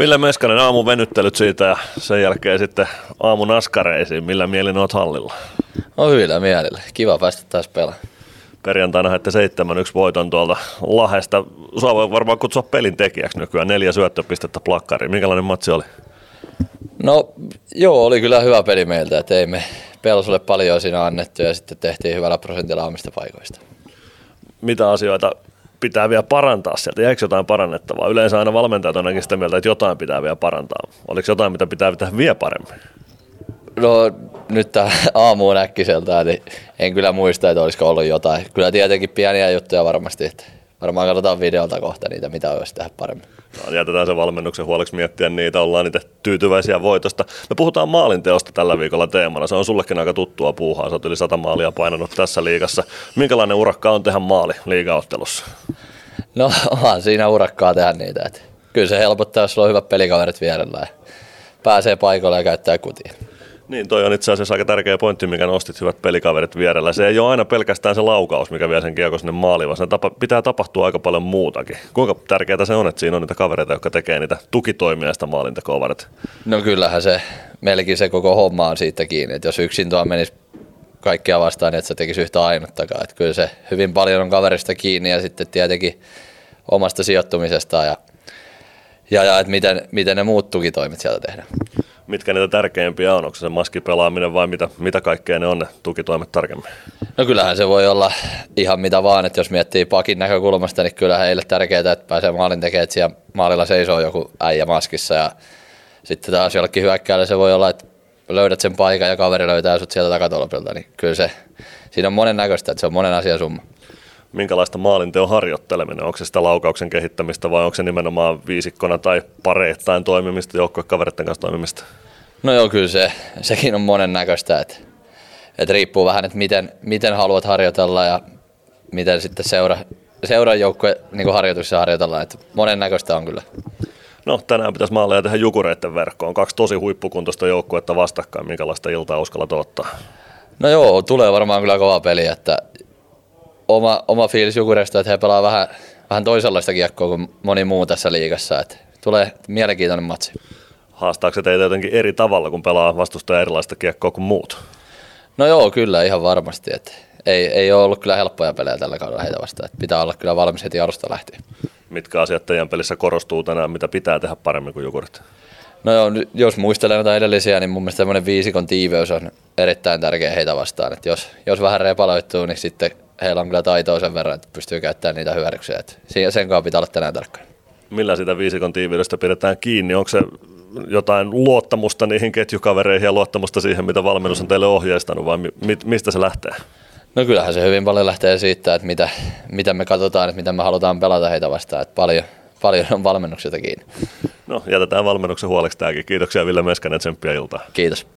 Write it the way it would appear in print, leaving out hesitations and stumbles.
Ville Meskanen, aamun venyttelyt siitä ja sen jälkeen sitten aamun askareisiin. Millä mielin olet hallilla? No hyvillä mielillä. Kiva päästä taas pelaamaan. Perjantaina haitte 7-1 voiton tuolta Lahdesta. Sua voi varmaan kutsua pelin tekijäksi nykyään. 4 syöttöpistettä plakkariin. Minkälainen matsi oli? No joo, oli kyllä hyvä peli meiltä. Et ei me Pelsolle paljon siinä annettu ja sitten tehtiin hyvällä prosentilla omista paikoista. Mitä asioita pitää vielä parantaa sieltä? Jäikö jotain parannettavaa? Yleensä aina valmentajat on ainakin sitä mieltä, että jotain pitää vielä parantaa. Oliko jotain, mitä pitää tehdä vielä paremmin? No nyt tähän aamuun äkkiseltään, niin en kyllä muista, että olisiko ollut jotain. Kyllä tietenkin pieniä juttuja varmasti, että varmaan katsotaan videolta kohta niitä, mitä olisi tehdä paremmin. No, jätetään se valmennuksen huoleksi miettiä niitä, ollaan niitä tyytyväisiä voitosta. Me puhutaan maalinteosta tällä viikolla teemana, se on sullekin aika tuttua puuhaa, sä oot yli 100 maalia painanut tässä liigassa. Minkälainen urakka on tehdä maali liigaottelussa? No onhan siinä urakkaa tehdä niitä, että kyllä se helpottaa, jos sulla on hyvät pelikaverit vierellä ja pääsee paikalle ja käyttää kutia. Niin, toi on itse asiassa aika tärkeä pointti, mikä nostit hyvät pelikaverit vierellä. Se ei ole aina pelkästään se laukaus, mikä vie sen kiekon sinne maaliin, vaan pitää tapahtua aika paljon muutakin. Kuinka tärkeää se on, että siinä on niitä kavereita, jotka tekee niitä tukitoimia sitä maalintekoa varten? No kyllähän se, melkein se koko homma on siitä kiinni, että jos yksin tuo menisi kaikkia vastaan, niin et sä tekisi yhtä ainuttakaan. Että kyllä se hyvin paljon on kaverista kiinni ja sitten tietenkin omasta sijoittumisesta ja että miten ne muut tukitoimet sieltä tehdään. Mitkä niitä tärkeimpiä on? Onko se maskipelaaminen vai mitä kaikkea ne on ne tukitoimet tarkemmin? No kyllähän se voi olla ihan mitä vaan, että jos miettii pakin näkökulmasta, niin kyllä heille tärkeää, että pääsee maalin tekemään, että siellä maalilla seisoo joku äijä maskissa ja sitten taas jollekin hyökkäällä se voi olla, että löydät sen paikan ja kaveri löytää sut sieltä takatolpilta, niin kyllä se, siinä on monen näköistä, että se on monen asian summa. Minkälaista maalinteon harjoitteleminen? Onko se sitä laukauksen kehittämistä vai onko se nimenomaan viisikkona tai pareittain toimimista, joukkuekavereiden kanssa toimimista? No joo, kyllä sekin on monen näköistä, että riippuu vähän, että miten haluat harjoitella ja miten sitten seuran joukkue niin harjoituksessa harjoitellaan, että monen näköistä on kyllä. No tänään pitäisi maaleja tehdä Jukureiden verkkoon. 2 tosi huippukuntoista joukkuetta vastakkain. Minkälaista iltaa uskallat ottaa? No joo, tulee varmaan kyllä kova peli, että oma fiilis Jukureista, että he pelaa vähän toisenlaista kiekkoa kuin moni muu tässä liigassa, että tulee mielenkiintoinen matsi. Haastaako se teitä jotenkin eri tavalla, kun pelaa vastustaja erilaista kiekkoa kuin muut? No joo, kyllä ihan varmasti, että ei ole ollut kyllä helppoja pelejä tällä kaudella heitä vastaan, että pitää olla kyllä valmis heti alusta lähtien. Mitkä asiat teidän pelissä korostuu tänään, mitä pitää tehdä paremmin kuin Jukurit? No joo, jos muistelen jotain edellisiä, niin mun mielestä tämmöinen viisikon tiiveys on erittäin tärkeä heitä vastaan, että jos vähän repaloittuu, niin sitten heillä on kyllä taitoa sen verran, että pystyy käyttämään niitä hyödyksiä, että sen kanssa pitää olla tänään tarkkana. Millä sitä viisikon tiiviydestä pidetään kiinni? Onko se jotain luottamusta niihin ketjukavereihin ja luottamusta siihen, mitä valmennus on teille ohjeistanut, vai mistä se lähtee? No kyllähän se hyvin paljon lähtee siitä, että mitä me katsotaan, että mitä me halutaan pelata heitä vastaan, että paljon on valmennuksesta kiinni. No jätetään valmennuksen huoleksi tämäkin. Kiitoksia Ville Meskanen, tsemppiä iltaa. Kiitos.